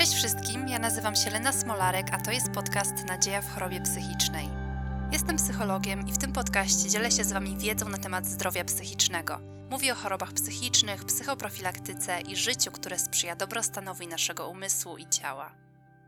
Cześć wszystkim, ja nazywam się Lena Smolarek, a to jest podcast Nadzieja w chorobie psychicznej. Jestem psychologiem i w tym podcaście dzielę się z Wami wiedzą na temat zdrowia psychicznego. Mówię o chorobach psychicznych, psychoprofilaktyce i życiu, które sprzyja dobrostanowi naszego umysłu i ciała.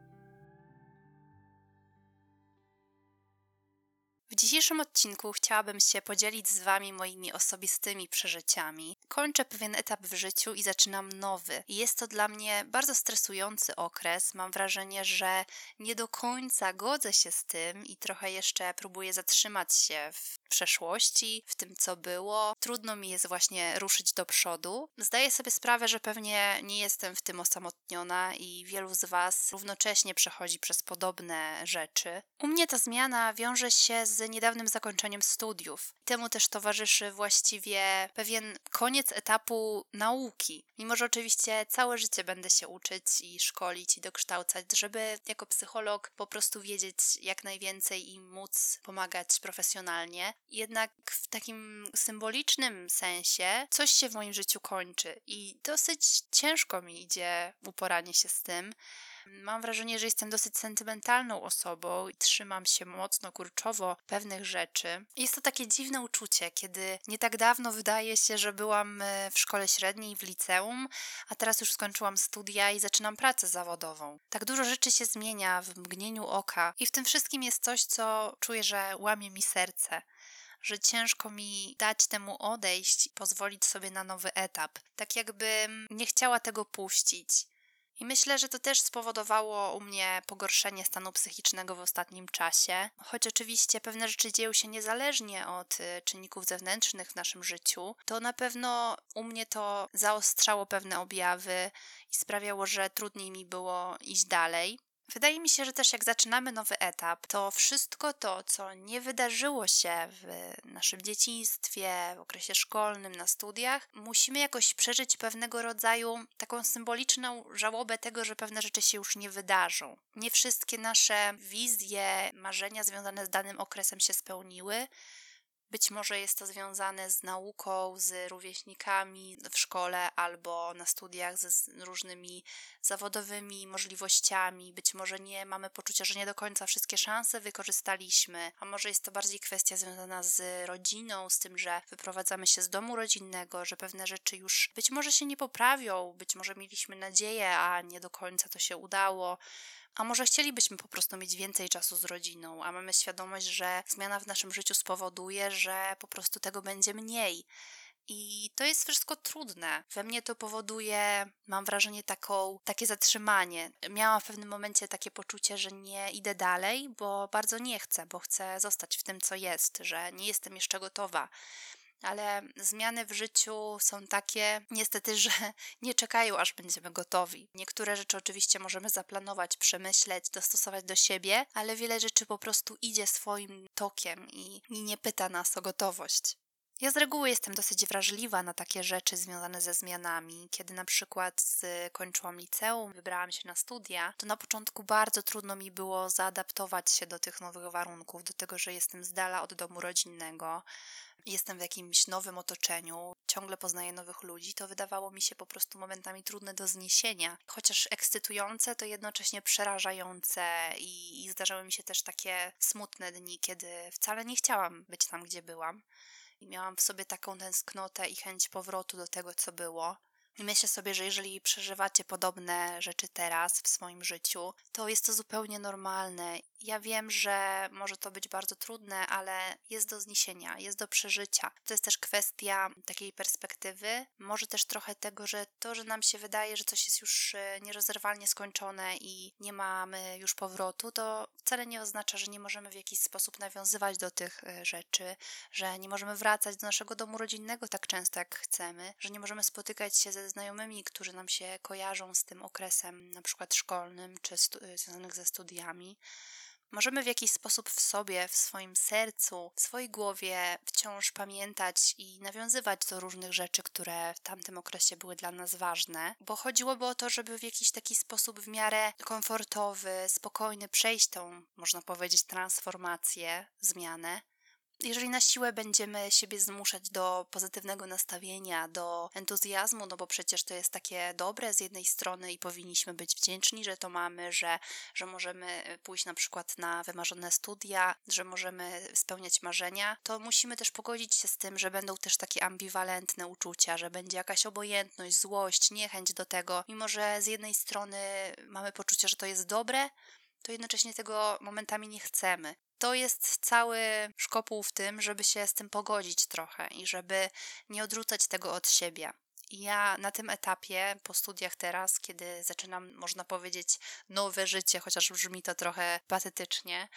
W dzisiejszym odcinku chciałabym się podzielić z Wami moimi osobistymi przeżyciami. Kończę pewien etap w życiu i zaczynam nowy. Jest to dla mnie bardzo stresujący okres. Mam wrażenie, że nie do końca godzę się z tym i trochę jeszcze próbuję zatrzymać się w przeszłości, w tym co było. Trudno mi jest właśnie ruszyć do przodu. Zdaję sobie sprawę, że pewnie nie jestem w tym osamotniona i wielu z Was równocześnie przechodzi przez podobne rzeczy. U mnie ta zmiana wiąże się z niedawnym zakończeniem studiów. Temu też towarzyszy właściwie pewien koniec etapu nauki. Mimo że oczywiście całe życie będę się uczyć i szkolić i dokształcać, żeby jako psycholog po prostu wiedzieć jak najwięcej i móc pomagać profesjonalnie. Jednak w takim symbolicznym sensie coś się w moim życiu kończy i dosyć ciężko mi idzie uporanie się z tym. Mam wrażenie, że jestem dosyć sentymentalną osobą i trzymam się mocno kurczowo pewnych rzeczy. Jest to takie dziwne uczucie, kiedy nie tak dawno wydaje się, że byłam w szkole średniej, w liceum, a teraz już skończyłam studia i zaczynam pracę zawodową. Tak dużo rzeczy się zmienia w mgnieniu oka i w tym wszystkim jest coś, co czuję, że łamie mi serce. Że ciężko mi dać temu odejść i pozwolić sobie na nowy etap. Tak jakbym nie chciała tego puścić. I myślę, że to też spowodowało u mnie pogorszenie stanu psychicznego w ostatnim czasie. Choć oczywiście pewne rzeczy dzieją się niezależnie od czynników zewnętrznych w naszym życiu, to na pewno u mnie to zaostrzało pewne objawy i sprawiało, że trudniej mi było iść dalej. Wydaje mi się, że też jak zaczynamy nowy etap, to wszystko to, co nie wydarzyło się w naszym dzieciństwie, w okresie szkolnym, na studiach, musimy jakoś przeżyć pewnego rodzaju taką symboliczną żałobę tego, że pewne rzeczy się już nie wydarzą. Nie wszystkie nasze wizje, marzenia związane z danym okresem się spełniły. Być może jest to związane z nauką, z rówieśnikami w szkole albo na studiach z różnymi zawodowymi możliwościami. Być może nie mamy poczucia, że nie do końca wszystkie szanse wykorzystaliśmy, a może jest to bardziej kwestia związana z rodziną, z tym, że wyprowadzamy się z domu rodzinnego, że pewne rzeczy już być może się nie poprawią, być może mieliśmy nadzieję, a nie do końca to się udało. A może chcielibyśmy po prostu mieć więcej czasu z rodziną, a mamy świadomość, że zmiana w naszym życiu spowoduje, że po prostu tego będzie mniej. I to jest wszystko trudne. We mnie to powoduje, mam wrażenie, takie zatrzymanie. Miałam w pewnym momencie takie poczucie, że nie idę dalej, bo bardzo nie chcę, bo chcę zostać w tym, co jest, że nie jestem jeszcze gotowa. Ale zmiany w życiu są takie, niestety, że nie czekają, aż będziemy gotowi. Niektóre rzeczy oczywiście możemy zaplanować, przemyśleć, dostosować do siebie, ale wiele rzeczy po prostu idzie swoim tokiem i nie pyta nas o gotowość. Ja z reguły jestem dosyć wrażliwa na takie rzeczy związane ze zmianami. Kiedy na przykład kończyłam liceum, wybrałam się na studia, to na początku bardzo trudno mi było zaadaptować się do tych nowych warunków, do tego, że jestem z dala od domu rodzinnego. Jestem w jakimś nowym otoczeniu, ciągle poznaję nowych ludzi, to wydawało mi się po prostu momentami trudne do zniesienia. Chociaż ekscytujące, to jednocześnie przerażające i zdarzały mi się też takie smutne dni, kiedy wcale nie chciałam być tam, gdzie byłam. I miałam w sobie taką tęsknotę i chęć powrotu do tego, co było. I myślę sobie, że jeżeli przeżywacie podobne rzeczy teraz w swoim życiu, to jest to zupełnie normalne. Ja wiem, że może to być bardzo trudne, ale jest do zniesienia, jest do przeżycia. To jest też kwestia takiej perspektywy, może też trochę tego, że to, że nam się wydaje, że coś jest już nierozerwalnie skończone i nie mamy już powrotu, to wcale nie oznacza, że nie możemy w jakiś sposób nawiązywać do tych rzeczy, że nie możemy wracać do naszego domu rodzinnego tak często, jak chcemy, że nie możemy spotykać się ze znajomymi, którzy nam się kojarzą z tym okresem na przykład szkolnym czy związanych ze studiami. Możemy w jakiś sposób w sobie, w swoim sercu, w swojej głowie wciąż pamiętać i nawiązywać do różnych rzeczy, które w tamtym okresie były dla nas ważne, bo chodziłoby o to, żeby w jakiś taki sposób w miarę komfortowy, spokojny przejść tą, można powiedzieć, transformację, zmianę. Jeżeli na siłę będziemy siebie zmuszać do pozytywnego nastawienia, do entuzjazmu, no bo przecież to jest takie dobre z jednej strony i powinniśmy być wdzięczni, że to mamy, że możemy pójść na przykład na wymarzone studia, że możemy spełniać marzenia, to musimy też pogodzić się z tym, że będą też takie ambiwalentne uczucia, że będzie jakaś obojętność, złość, niechęć do tego. Mimo że z jednej strony mamy poczucie, że to jest dobre, to jednocześnie tego momentami nie chcemy. To jest cały szkopuł w tym, żeby się z tym pogodzić trochę i żeby nie odrzucać tego od siebie. I ja na tym etapie, po studiach teraz, kiedy zaczynam, można powiedzieć, nowe życie, chociaż brzmi to trochę patetycznie,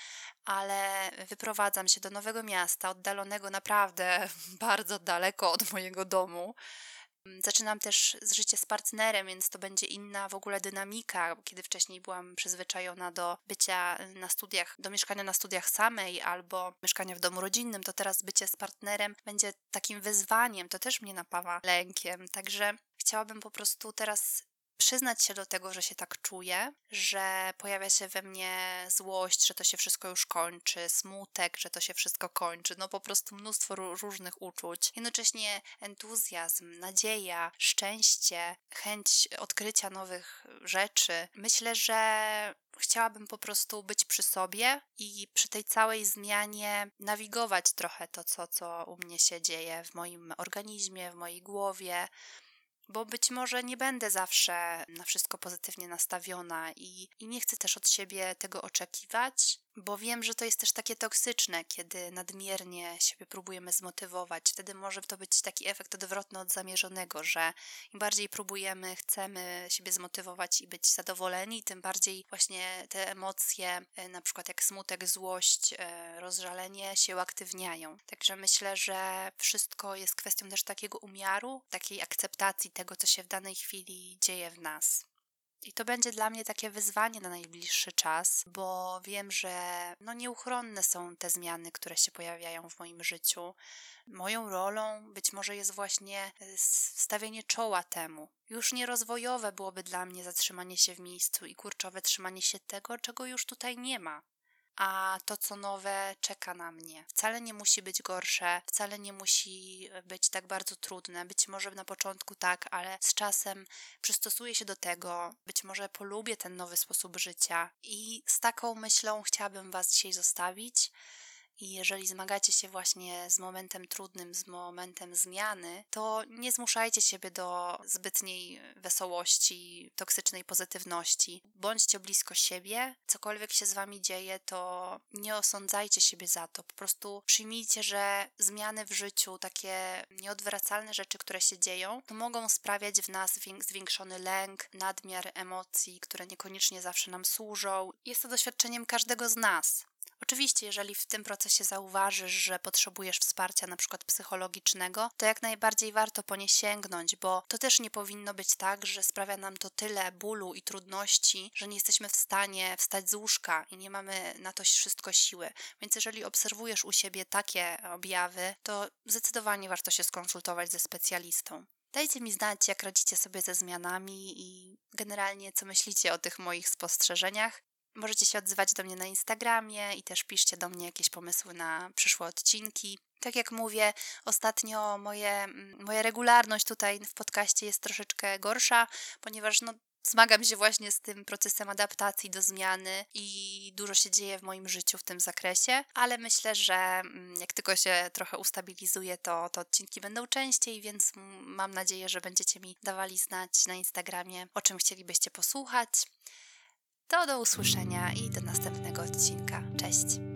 ale wyprowadzam się do nowego miasta, oddalonego naprawdę bardzo daleko od mojego domu. Zaczynam też życie z partnerem, więc to będzie inna w ogóle dynamika. Kiedy wcześniej byłam przyzwyczajona do bycia na studiach, do mieszkania na studiach samej albo mieszkania w domu rodzinnym, to teraz bycie z partnerem będzie takim wyzwaniem. To też mnie napawa lękiem. Także chciałabym po prostu teraz przyznać się do tego, że się tak czuję, że pojawia się we mnie złość, że to się wszystko już kończy, smutek, że to się wszystko kończy, no po prostu mnóstwo różnych uczuć. Jednocześnie entuzjazm, nadzieja, szczęście, chęć odkrycia nowych rzeczy. Myślę, że chciałabym po prostu być przy sobie i przy tej całej zmianie nawigować trochę to, co u mnie się dzieje w moim organizmie, w mojej głowie, bo być może nie będę zawsze na wszystko pozytywnie nastawiona i nie chcę też od siebie tego oczekiwać, bo wiem, że to jest też takie toksyczne, kiedy nadmiernie siebie próbujemy zmotywować. Wtedy może to być taki efekt odwrotny od zamierzonego, że im bardziej próbujemy, chcemy siebie zmotywować i być zadowoleni, tym bardziej właśnie te emocje, na przykład jak smutek, złość, rozżalenie się uaktywniają. Także myślę, że wszystko jest kwestią też takiego umiaru, takiej akceptacji tego, co się w danej chwili dzieje w nas. I to będzie dla mnie takie wyzwanie na najbliższy czas, bo wiem, że nieuchronne są te zmiany, które się pojawiają w moim życiu. Moją rolą być może jest właśnie stawienie czoła temu. Już nierozwojowe byłoby dla mnie zatrzymanie się w miejscu i kurczowe trzymanie się tego, czego już tutaj nie ma. A to, co nowe, czeka na mnie. Wcale nie musi być gorsze, wcale nie musi być tak bardzo trudne. Być może na początku tak, ale z czasem przystosuję się do tego. Być może polubię ten nowy sposób życia. I z taką myślą chciałabym Was dzisiaj zostawić. I jeżeli zmagacie się właśnie z momentem trudnym, z momentem zmiany, to nie zmuszajcie siebie do zbytniej wesołości, toksycznej pozytywności. Bądźcie blisko siebie, cokolwiek się z wami dzieje, to nie osądzajcie siebie za to. Po prostu przyjmijcie, że zmiany w życiu, takie nieodwracalne rzeczy, które się dzieją, to mogą sprawiać w nas zwiększony lęk, nadmiar emocji, które niekoniecznie zawsze nam służą. Jest to doświadczeniem każdego z nas. Oczywiście, jeżeli w tym procesie zauważysz, że potrzebujesz wsparcia na przykład psychologicznego, to jak najbardziej warto po nie sięgnąć, bo to też nie powinno być tak, że sprawia nam to tyle bólu i trudności, że nie jesteśmy w stanie wstać z łóżka i nie mamy na to wszystko siły. Więc jeżeli obserwujesz u siebie takie objawy, to zdecydowanie warto się skonsultować ze specjalistą. Dajcie mi znać, jak radzicie sobie ze zmianami i generalnie co myślicie o tych moich spostrzeżeniach. Możecie się odzywać do mnie na Instagramie i też piszcie do mnie jakieś pomysły na przyszłe odcinki. Tak jak mówię, ostatnio moja regularność tutaj w podcaście jest troszeczkę gorsza, ponieważ zmagam się właśnie z tym procesem adaptacji do zmiany i dużo się dzieje w moim życiu w tym zakresie, ale myślę, że jak tylko się trochę ustabilizuje, to odcinki będą częściej, więc mam nadzieję, że będziecie mi dawali znać na Instagramie, o czym chcielibyście posłuchać. To do usłyszenia i do następnego odcinka. Cześć!